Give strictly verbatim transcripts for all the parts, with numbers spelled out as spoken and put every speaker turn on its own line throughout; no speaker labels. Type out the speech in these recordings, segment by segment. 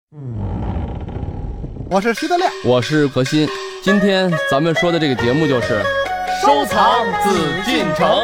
我是徐德亮，
我是何鑫。今天咱们说的这个节目就是
收藏紫禁城。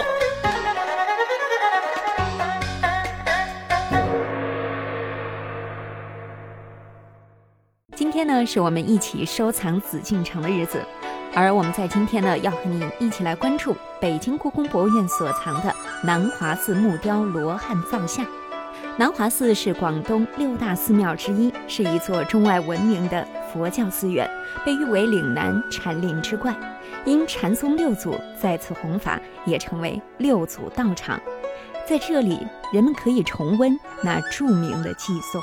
今天呢，是我们一起收藏紫禁城的日子，而我们在今天呢，要和您一起来关注北京故宫博物院所藏的南华寺木雕罗汉造像。南华寺是广东六大寺庙之一，是一座中外闻名的佛教寺院，被誉为岭南禅林之冠。因禅宗六祖在此弘法，也成为六祖道场。在这里，人们可以重温那著名的寄颂。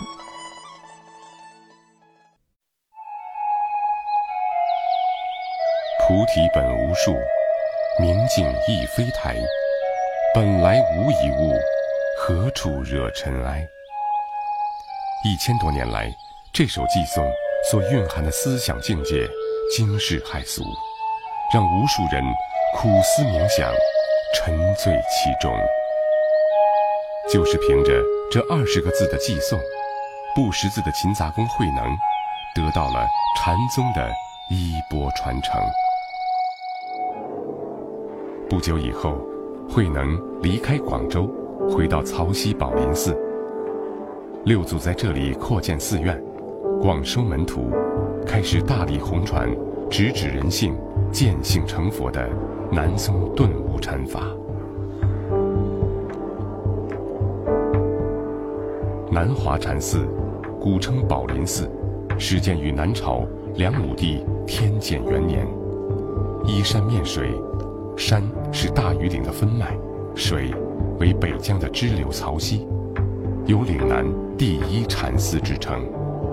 菩提本无树，明镜亦非台。本来无一物，何处惹尘埃？一千多年来，这首寄颂所蕴含的思想境界惊世骇俗，让无数人苦思冥想，沉醉其中。就是凭着这二十个字的寄颂，不识字的勤杂工慧能得到了禅宗的衣钵传承。不久以后，慧能离开广州，回到曹溪宝林寺。六祖在这里扩建寺院，广收门徒，开始大力弘传直指人性、见性成佛的南宗顿悟禅法。南华禅寺，古称宝林寺，始建于南朝梁武帝天监元年。依山面水，山是大庾岭的分脉，水为北疆的支流曹溪，有岭南第一禅寺之称。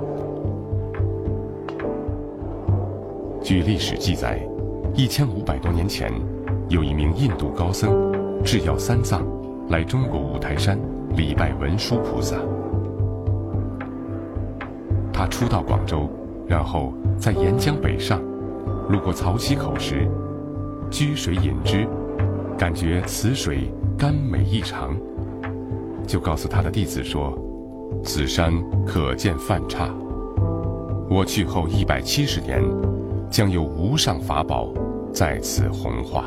据历史记载，一千五百多年前，有一名印度高僧制药三藏来中国五台山礼拜文殊菩萨。他初到广州，然后在沿江北上，路过曹溪口时，居水饮之，感觉此水甘美异常，就告诉他的弟子说：“此山可见梵刹，我去后一百七十年，将有无上法宝在此弘化。”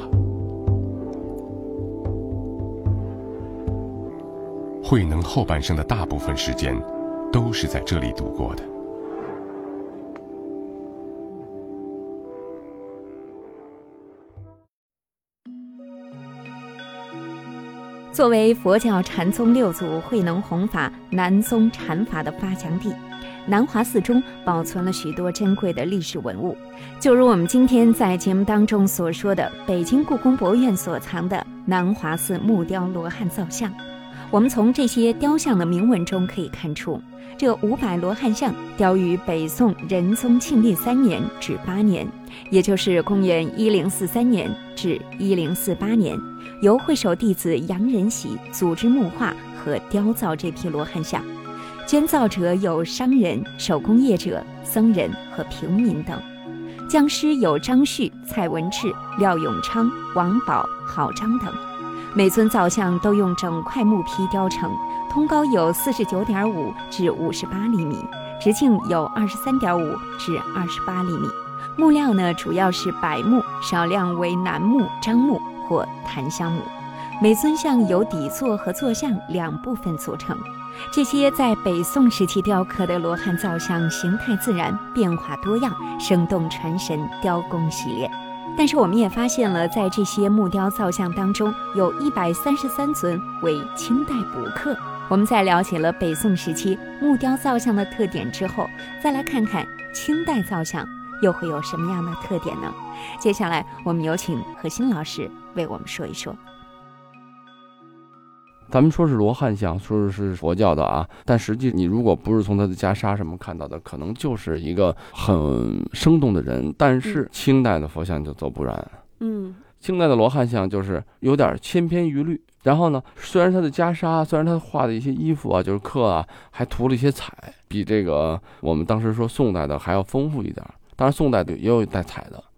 慧能后半生的大部分时间都是在这里度过的。
作为佛教禅宗六祖慧能弘法南宗禅法的发祥地，南华寺中保存了许多珍贵的历史文物，就如我们今天在节目当中所说的北京故宫博物院所藏的南华寺木雕罗汉造像。我们从这些雕像的铭文中可以看出，这五百罗汉像雕于北宋仁宗庆历三年至八年，也就是公元一零四三年至一零四八年，由会首弟子杨仁喜组织木画和雕造这批罗汉像。捐造者有商人、手工业者、僧人和平民等。匠师有张旭、蔡文炽、廖永昌、王宝、郝章等。每尊造像都用整块木坯雕成，通高有四十九点五至五十八厘米，直径有二十三点五至二十八厘米。木料呢，主要是柏木，少量为楠木、樟木或檀香木。每尊像由底座和坐像两部分组成。这些在北宋时期雕刻的罗汉造像形态自然，变化多样，生动传神，雕工洗练。但是我们也发现了，在这些木雕造像当中，有一百三十三尊为清代补刻。我们在了解了北宋时期木雕造像的特点之后，再来看看清代造像又会有什么样的特点呢？接下来我们有请何鑫老师为我们说一说。
咱们说是罗汉像，说是佛教的啊，但实际你如果不是从他的袈裟什么看到的，可能就是一个很生动的人。但是清代的佛像就则不然，嗯，清代的罗汉像就是有点千篇一律。然后呢，虽然他的袈裟，虽然他画的一些衣服啊，就是刻啊，还涂了一些彩，比这个我们当时说宋代的还要丰富一点。当然宋代的也有带彩的，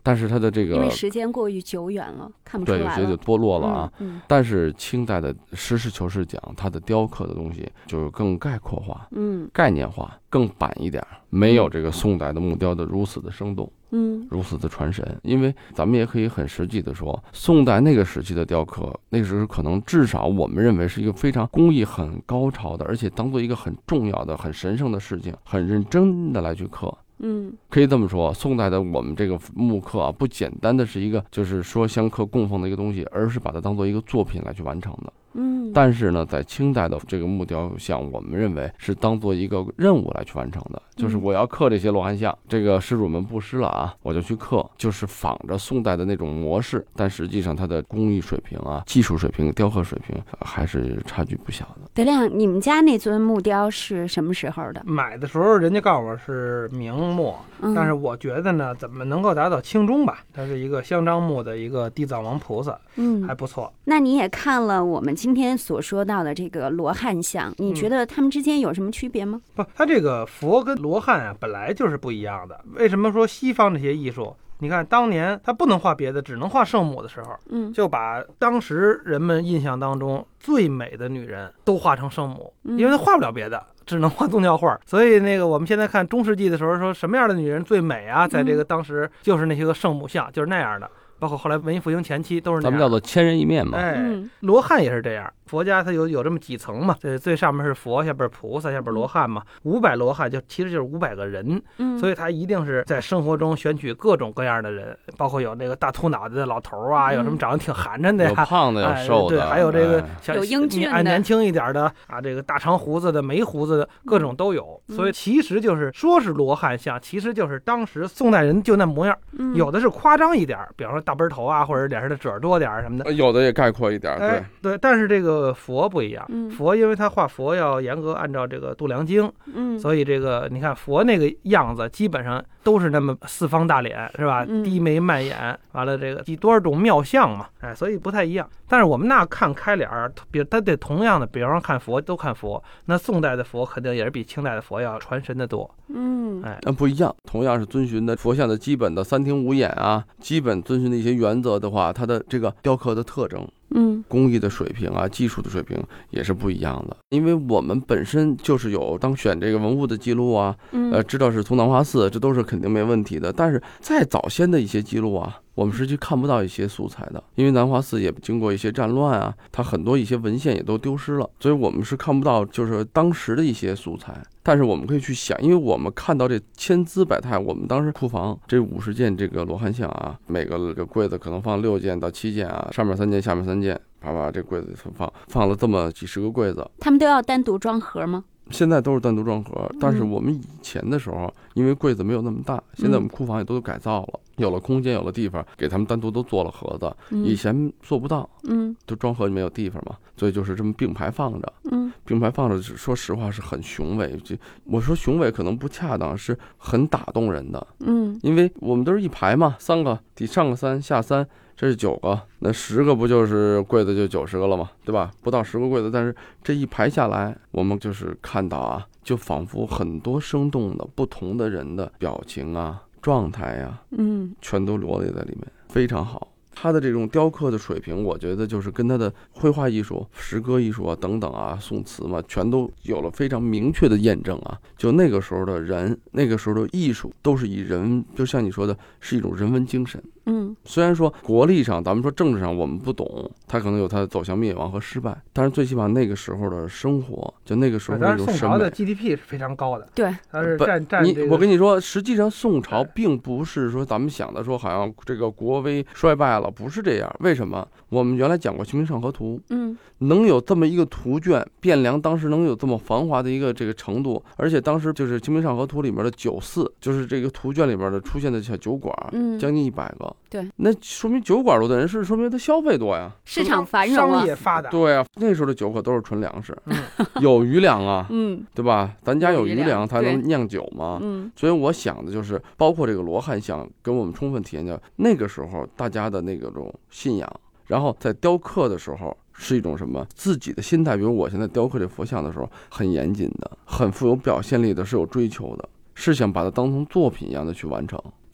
但是它的这个
因为时间过于久远了，看不出来了，
对，有些就脱落了啊。
嗯嗯、
但是清代的实事求是讲，它的雕刻的东西就更概括化，嗯，概念化，更板一点，没有这个宋代的木雕的如此的生动。嗯，如此的传神，因为咱们也可以很实际的说，宋代那个时期的雕刻，那时候可能至少我们认为是一个非常工艺很高超的，而且当做一个很重要的、很神圣的事情，很认真的来去刻。嗯，可以这么说，宋代的我们这个木刻啊，不简单的是一个就是说香刻供奉的一个东西，而是把它当做一个作品来去完成的。嗯，但是呢，在清代的这个木雕像，我们认为是当做一个任务来去完成的，就是我要刻这些罗汉像，这个施主们布施了啊，我就去刻，就是仿着宋代的那种模式，但实际上它的工艺水平啊、技术水平、雕刻水平还是差距不小的。
德亮，你们家那尊木雕是什么时候的？
买的时候人家告诉我是明末，嗯、但是我觉得呢，怎么能够达到清中吧？它是一个香樟木的一个地藏王菩萨，嗯，还不错。
那你也看了我们今天所说到的这个罗汉像，你觉得他们之间有什么区别吗？
不，它这个佛跟罗汉啊本来就是不一样的。为什么说西方这些艺术？你看当年他不能画别的，只能画圣母的时候，嗯，就把当时人们印象当中最美的女人都画成圣母，嗯、因为他画不了别的，只能画宗教画。所以那个我们现在看中世纪的时候说什么样的女人最美啊，在这个当时就是那些个圣母像，就是那样的。包括后来文艺复兴前期都是那样，
咱们叫做千人一面嘛。
哎，罗汉也是这样，佛家它有有这么几层嘛，最最上面是佛，下边菩萨，下边罗汉嘛。五百罗汉就其实就是五百个人，嗯，所以他一定是在生活中选取各种各样的人，包括有那个大秃脑袋的老头啊，有什么长得挺寒碜的呀，
有胖的，有瘦的，
对，还有这个
有英俊的，
年轻一点的啊，这个大长胡子的、没胡子的，各种都有。所以其实就是说是罗汉像，其实就是当时宋代人就那模样，有的是夸张一点，比方说大背头啊，或者脸上的褶多点什么的，
有的也概括一点，对、
哎、对。但是这个佛不一样，嗯、佛因为他画佛要严格按照这个度量经，嗯，所以这个你看佛那个样子基本上都是那么四方大脸，是吧？嗯、低眉慢眼，完了这个几多少种妙相嘛，哎，所以不太一样。但是我们那看开脸儿，比他得同样的，比方说看佛都看佛，那宋代的佛肯定也是比清代的佛要传神的多。嗯，哎，
那不一样，同样是遵循的佛像的基本的三庭五眼啊，基本遵循的一些原则的话，它的这个雕刻的特征，嗯，工艺的水平啊，技术的水平也是不一样的。因为我们本身就是有当选这个文物的记录啊，嗯、呃，知道是从南华寺，这都是肯定没问题的。但是再早先的一些记录啊，我们实际看不到一些素材的，因为南华寺也经过一些战乱啊，它很多一些文献也都丢失了，所以我们是看不到就是当时的一些素材。但是我们可以去想，因为我们看到这千姿百态，我们当时库房这五十件这个罗汉像啊，每个这个柜子可能放六件到七件啊，上面三件，下面三件，啪啪这柜子放放了这么几十个柜子，
他们都要单独装盒吗？
现在都是单独装盒，但是我们以前的时候，因为柜子没有那么大，现在我们库房也都改造了，有了空间，有了地方，给他们单独都做了盒子。以前做不到，嗯，就装盒没有地方嘛，所以就是这么并排放着，嗯，并排放着，说实话是很雄伟。就我说雄伟可能不恰当，是很打动人的，嗯，因为我们都是一排嘛，三个底上个三下三。这是九个，那十个不就是柜子就九十个了吗？对吧？不到十个柜子，但是这一排下来，我们就是看到啊，就仿佛很多生动的不同的人的表情啊、状态呀、啊，嗯，全都罗列在里面，非常好。他的这种雕刻的水平，我觉得就是跟他的绘画艺术、诗歌艺术啊等等啊、宋词嘛，全都有了非常明确的验证啊。就那个时候的人，那个时候的艺术，都是以人，就像你说的，是一种人文精神。嗯，虽然说国力上，咱们说政治上我们不懂，他可能有他走向灭亡和失败，但是最起码那个时候的生活，就那个时候那种审美，
宋朝的 G D P 是非常高的，
对，
它是占占、
这
个。
你我跟你说，实际上宋朝并不是说咱们想的说好像这个国威衰败了，不是这样。为什么？我们原来讲过《清明上河图》，嗯，能有这么一个图卷，汴梁当时能有这么繁华的一个这个程度，而且当时就是《清明上河图》里面的酒肆，就是这个图卷里面的出现的小酒馆，嗯，将近一百个。
对，
那说明酒馆多的人是说明他消费多呀，
市场繁荣，
商业发达。
对啊，那时候的酒可都是纯粮食，嗯、有余粮啊，嗯，对吧？咱家有余粮才能酿酒嘛，嗯。所以我想的就是，包括这个罗汉像，跟我们充分体现掉那个时候大家的那个种信仰，然后在雕刻的时候是一种什么自己的心态。比如我现在雕刻这佛像的时候，很严谨的，很富有表现力的，是有追求的，是想把它当成作品一样的去完成。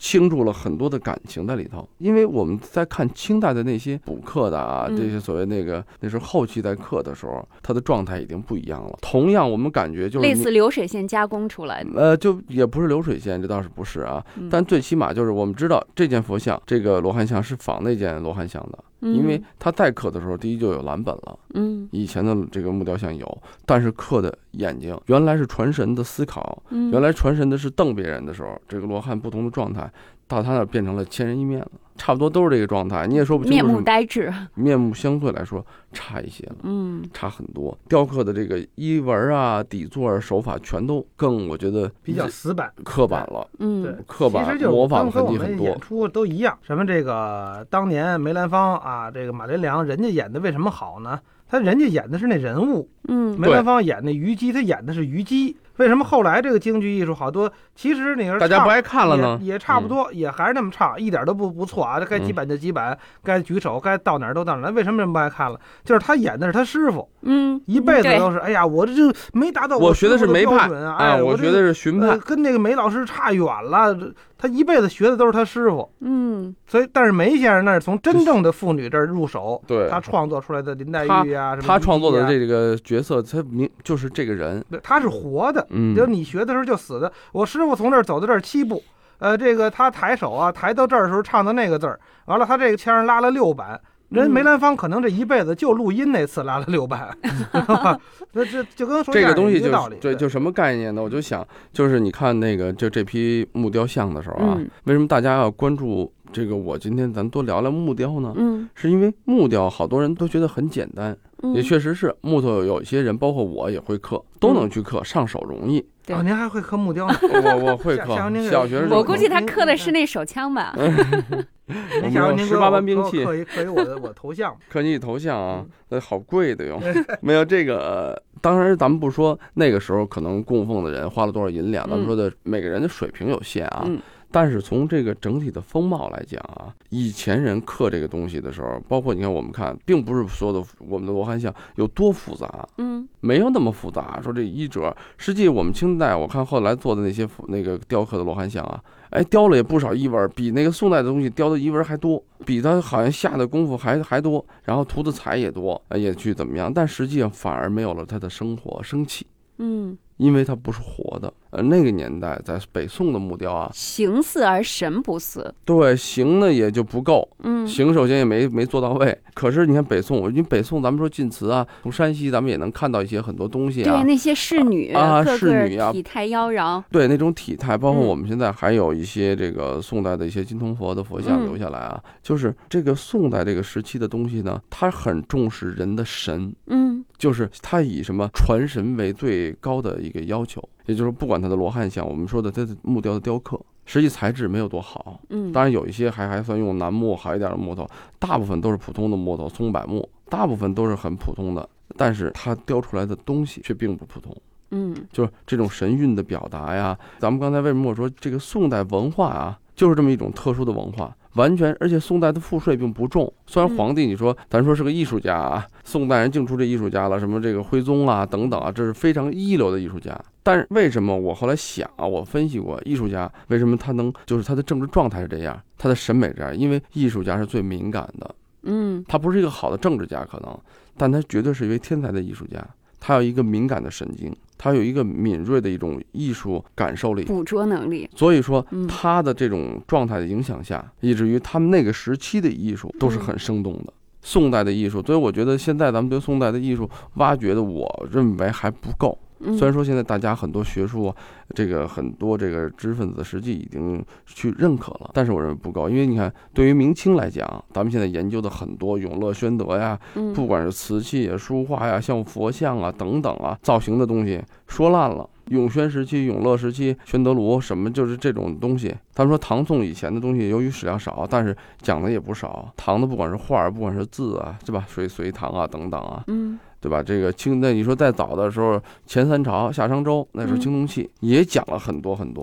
倾注了很多的感情在里头。因为我们在看清代的那些补刻的啊，这些所谓那个那时候后期在刻的时候，它的状态已经不一样了。同样我们感觉就是
类似流水线加工出来的，
呃，就也不是流水线，这倒是不是啊，嗯、但最起码就是我们知道这件佛像，这个罗汉像是仿那件罗汉像的。因为他在刻的时候，第一就有蓝本了，嗯，以前的这个木雕像有，但是刻的眼睛原来是传神的思考，嗯，原来传神的是瞪别人的时候，这个罗汉不同的状态，到他那变成了千人一面了，差不多都是这个状态，你也说不清楚。
面目呆滞，
面目相对来说差一些了，嗯，差很多。雕刻的这个衣纹啊、底座啊、手法全都更，我觉得
比较死板、
刻板了，
嗯，对，
刻板模仿痕迹很多。
演出都一样，什么这个当年梅兰芳啊，这个马连良，人家演的为什么好呢？他人家演的是那人物，嗯，梅兰芳演那虞姬，他演的是虞姬。为什么后来这个京剧艺术好多，其实你说
大家不爱看了呢？
也, 也差不多、嗯，也还是那么唱，一点都不不错啊。该几板就几板，嗯、该举手，该到哪儿都到哪儿。为什么人不爱看了？就是他演的是他师傅，嗯，一辈子都是，哎呀，我这就没达到
我学的是梅派
啊，哎，
我学的是荀派、
呃，跟那个梅老师差远了。他一辈子学的都是他师傅，嗯，所以但是梅先生那是从真正的妇女这儿入手，
对，
他创作出来的林黛玉啊，什么
他创作的这个角色，他明就是这个人，
对，他是活的，嗯，就是你学的时候就死的。我师傅从这儿走到这儿七步，呃，这个他抬手啊，抬到这儿的时候唱的那个字儿，完了他这个腔儿拉了六板。人梅兰芳可能这一辈子就录音那次拉了六板，那这就跟说
这个东西就
道理，
对，就什么概念呢？我就想，就是你看那个就这批木雕像的时候啊，
嗯、
为什么大家要关注这个？我今天咱多聊聊木雕呢？嗯，是因为木雕好多人都觉得很简单，嗯、也确实是木头有一些人，包括我也会刻，都能去刻，上手容易。
对、哦，您还会刻木雕呢？
我我会刻，小学
我估计他刻的是那手枪吧。
您想
十八般兵器，
刻一刻一我的我头像，
刻你头像啊，那好贵的哟。没有这个，当然咱们不说那个时候可能供奉的人花了多少银两，咱们说的每个人的水平有限啊。嗯，但是从这个整体的风貌来讲啊，以前人刻这个东西的时候，包括你看我们看，并不是所有的我们的罗汉像有多复杂，嗯，没有那么复杂。说这衣褶，实际我们清代我看后来做的那些那个雕刻的罗汉像啊，哎，雕了也不少衣纹，比那个宋代的东西雕的衣纹还多，比他好像下的功夫还还多，然后涂的彩也多，也去怎么样？但实际上反而没有了他的生活生气，嗯。因为它不是活的，呃，那个年代在北宋的木雕啊，
形似而神不似，
对，形呢也就不够，嗯，形首先也没没做到位。可是你看北宋，因为北宋咱们说晋祠啊，从山西咱们也能看到一些很多东西啊，
对，那些侍女
啊，
各个
侍女啊，
体态妖娆，
对，那种体态，包括我们现在还有一些这个宋代的一些金铜佛的佛像留下来啊，嗯、就是这个宋代这个时期的东西呢，它很重视人的神，嗯，就是它以什么传神为最高的一。一个要求，也就是不管它的罗汉像，我们说的它的木雕的雕刻，实际材质没有多好，嗯，当然有一些还还算用楠木好一点的木头，大部分都是普通的木头，松柏木，大部分都是很普通的，但是它雕出来的东西却并不普通，嗯，就是这种神韵的表达呀。咱们刚才为什么我说这个宋代文化啊，就是这么一种特殊的文化。完全，而且宋代的赋税并不重。虽然皇帝你说咱说是个艺术家啊，宋代人净出这艺术家了，什么这个徽宗啊等等啊，这是非常一流的艺术家。但是为什么我后来想啊，我分析过艺术家为什么他能，就是他的政治状态是这样，他的审美这样，因为艺术家是最敏感的，嗯，他不是一个好的政治家可能，但他绝对是一位天才的艺术家。他有一个敏感的神经，他有一个敏锐的一种艺术感受力、
捕捉能力。
所以说，他的这种状态的影响下，以至于他们那个时期的艺术都是很生动的。宋代的艺术，所以我觉得现在咱们对宋代的艺术挖掘的，我认为还不够。虽然说现在大家很多学术，这个很多这个知识分子实际已经去认可了，但是我认为不够。因为你看，对于明清来讲，咱们现在研究的很多永乐、宣德呀，不管是瓷器啊、书画呀、像佛像啊等等啊，造型的东西说烂了。永宣时期、永乐时期、宣德炉什么，就是这种东西。他们说唐宋以前的东西，由于史量少，但是讲的也不少。唐的不管是画，不管是字啊，是吧？隋隋唐啊等等啊，嗯。对吧？这个清，那你说再早的时候，前三朝、夏商周那时候青铜器、嗯、也讲了很多很多，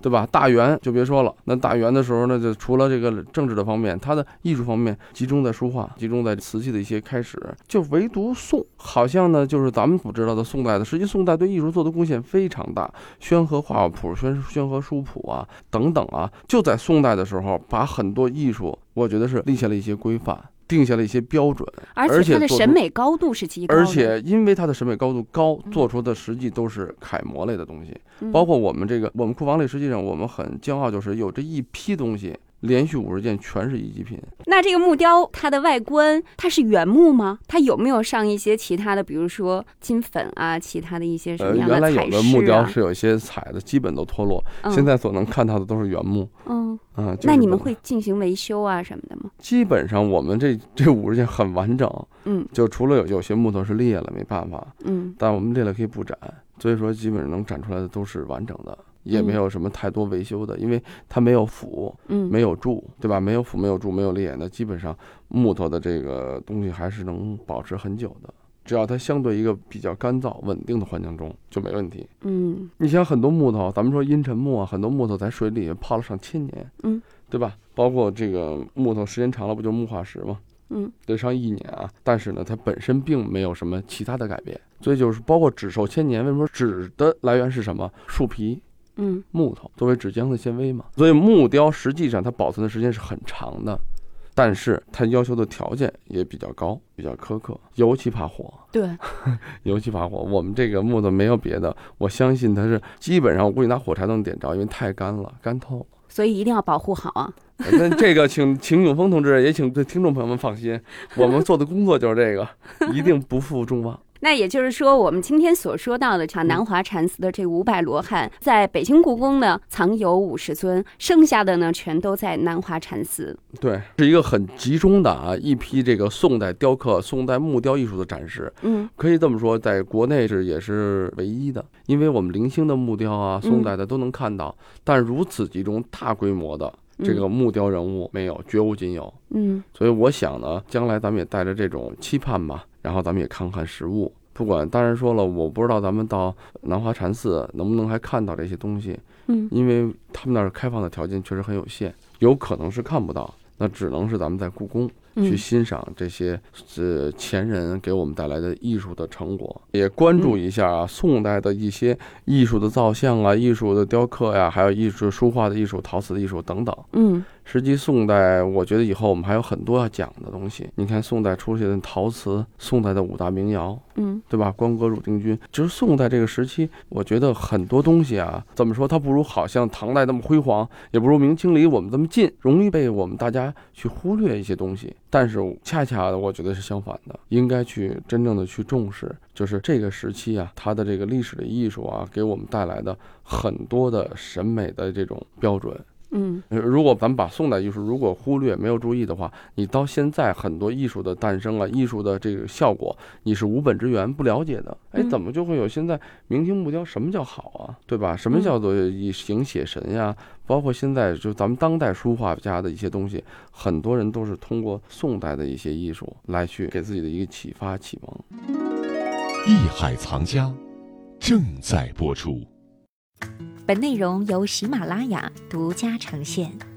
对吧？大元就别说了，那大元的时候呢，就除了这个政治的方面，它的艺术方面集中在书画，集中在瓷器的一些开始，就唯独宋，好像呢就是咱们不知道的宋代的，实际宋代对艺术做的贡献非常大，宣和画谱、宣宣和书谱啊等等啊，就在宋代的时候，把很多艺术，我觉得是立下了一些规范。定下了一些标准，
而且它的审美高度是极高的，
而且因为它的审美高度高，做出的实际都是楷模类的东西，
嗯、
包括我们这个我们库房里，实际上我们很骄傲，就是有这一批东西，连续五十件全是一级品。
那这个木雕它的外观，它是原木吗？它有没有上一些其他的，比如说金粉啊，其他的一些什么样的彩饰啊？
呃，原来有的木雕是有一些彩的，基本都脱落，嗯、现在所能看到的都是原木。
嗯。
嗯，就是、
那你们会进行维修啊什么的吗？
基本上我们这这五十件很完整，
嗯，
就除了有有些木头是裂了，没办法，
嗯，
但我们裂了可以布展，所以说基本上能展出来的都是完整的，也没有什么太多维修的，嗯、因为它没有腐，
嗯，
没有蛀，对吧？没有腐，没有蛀，没有裂，那基本上木头的这个东西还是能保持很久的。只要它相对一个比较干燥稳定的环境中就没问题。
嗯，
你像很多木头，咱们说阴沉木啊，很多木头在水里泡了上千年，
嗯，
对吧？包括这个木头时间长了不就木化石吗？
嗯，
得上一年啊。但是呢，它本身并没有什么其他的改变，所以就是包括纸寿千年，为什么纸的来源是什么？树皮。
嗯，
木头作为纸浆的纤维嘛，所以木雕实际上它保存的时间是很长的。但是它要求的条件也比较高，比较苛刻，尤其怕火。
对，
尤其怕火。我们这个木头没有别的，我相信它是基本上，我估计拿火柴都能点着，因为太干了，干透了。
所以一定要保护好啊。
那这个请请永峰同志，也请对听众朋友们放心，我们做的工作就是这个，一定不负众望。
那也就是说，我们今天所说到的像南华禅寺的这五百罗汉，在北京故宫呢藏有五十尊，剩下的呢全都在南华禅寺。
对，是一个很集中的啊一批这个宋代雕刻、宋代木雕艺术的展示。
嗯，
可以这么说，在国内是也是唯一的，因为我们零星的木雕啊，宋代的都能看到，嗯、但如此集中、大规模的。这个木雕人物没有，绝无仅有。
嗯，
所以我想呢，将来咱们也带着这种期盼吧，然后咱们也看看实物。不管，当然说了，我不知道咱们到南华禅寺能不能还看到这些东西。
嗯，
因为他们那儿开放的条件确实很有限，有可能是看不到，那只能是咱们在故宫去欣赏这些呃前人给我们带来的艺术的成果，也关注一下啊宋代的一些艺术的造像啊、艺术的雕刻呀，还有艺术书画的艺术、陶瓷的艺术等等。
嗯，
实际宋代我觉得以后我们还有很多要讲的东西。你看宋代出现的陶瓷，宋代的五大名窑，
嗯，
对吧？关阁、汝定军，就是宋代这个时期，我觉得很多东西啊，怎么说它不如好像唐代那么辉煌，也不如明清离我们这么近，容易被我们大家去忽略一些东西。但是恰恰的，我觉得是相反的，应该去真正的去重视，就是这个时期啊，它的这个历史的艺术啊，给我们带来的很多的审美的这种标准。
嗯，
如果咱们把宋代艺术如果忽略没有注意的话，你到现在很多艺术的诞生啊，艺术的这个效果，你是无本之源不了解的。哎，怎么就会有现在明清木雕？什么叫好啊？对吧？什么叫做以形写神呀？包括现在就咱们当代书画家的一些东西，很多人都是通过宋代的一些艺术来去给自己的一个启发启蒙。
艺海藏家正在播出。
本内容由喜马拉雅独家呈现。